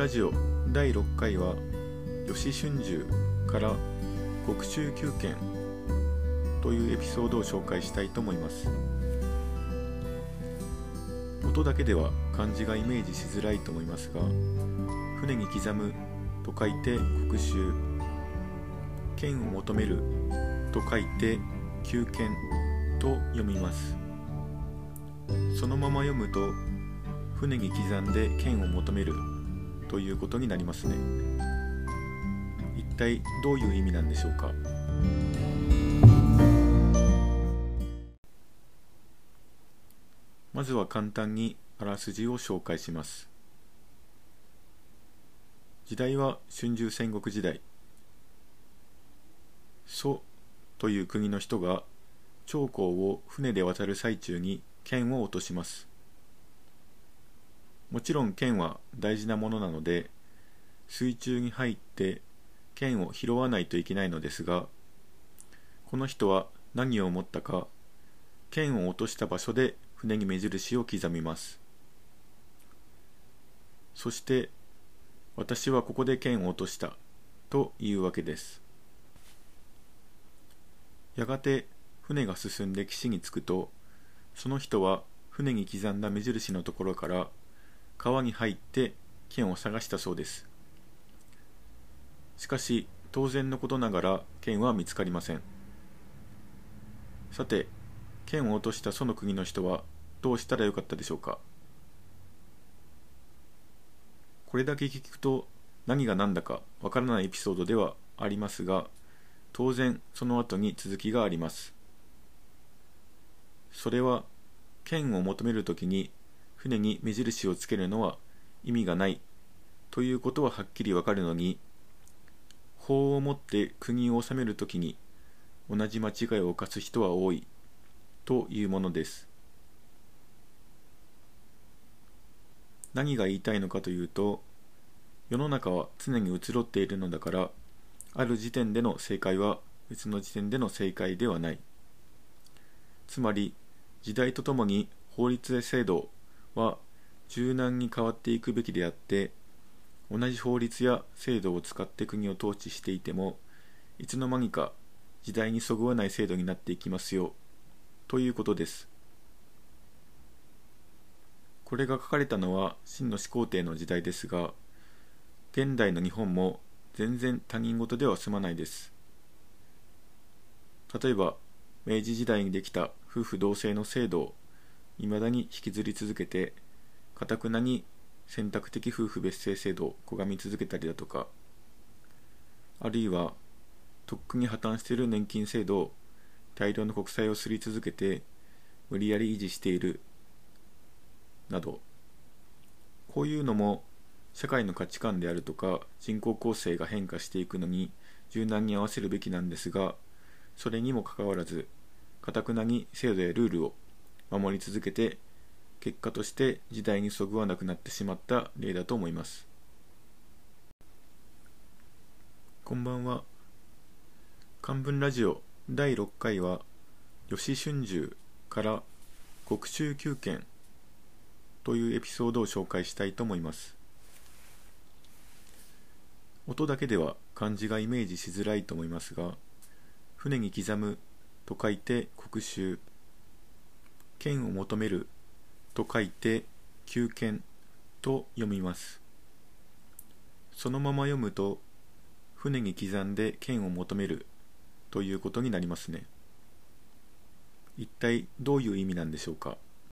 ラジオ第6回は吉春秋から獄中9件というエピソードを紹介したいと思います。音だけでは漢字がイメージしづらいと思いますが、船に刻むと書いて獄中、剣を求めると書いて九剣と読みます。そのまま読むと船に刻んで剣を求めるということになりますね。一体どういう意味なんでしょうか。まずは簡単にあらすじを紹介します。時代は春秋戦国時代。蘇という国の人が長江を船で渡る最中に剣を落とします。もちろん剣は大事なものなので、水中に入って剣を拾わないといけないのですが、この人は何を思ったか、剣を落とした場所で船に目印を刻みます。そして、私はここで剣を落としたというわけです。やがて船が進んで岸に着くと、その人は船に刻んだ目印のところから川に入って剣を探したそうです。しかし当然のことながら剣は見つかりません。さて、剣を落としたその国の人はどうしたらよかったでしょうか。これだけ聞くと何が何だかわからないエピソードではありますが、当然その後に続きがあります。それは、剣を求めるときに船に目印をつけるのは意味がないということははっきりわかるのに、法をもって国を治めるときに同じ間違いを犯す人は多いというものです。何が言いたいのかというと、世の中は常に移ろっているのだから、ある時点での正解は別の時点での正解ではない。つまり、時代とともに法律や制度は柔軟に変わっていくべきであって、同じ法律や制度を使って国を統治していても、いつの間にか時代にそぐわない制度になっていきますよ、ということです。これが書かれたのは秦の始皇帝の時代ですが、現代の日本も全然他人事では済まないです。例えば、明治時代にできた夫婦同姓の制度を未だに引きずり続けて、頑なに選択的夫婦別姓制度を拒み続けたりだとか、あるいはとっくに破綻している年金制度を大量の国債をすり続けて無理やり維持しているなど、こういうのも社会の価値観であるとか人口構成が変化していくのに柔軟に合わせるべきなんですが、それにもかかわらず頑なに制度やルールを守り続けて、結果として時代にそぐわなくなってしまった例だと思います。こんばんは。漢文ラジオ第6回は吉春秋から獄中9件というエピソードを紹介したいと思います。音だけでは漢字がイメージしづらいと思いますが、船に刻むと書いて獄中、剣を求めると書いて九剣と読みます。そのまま読むと船に刻んで剣を求めるということになりますね。一体どういう意味なんでしょうか。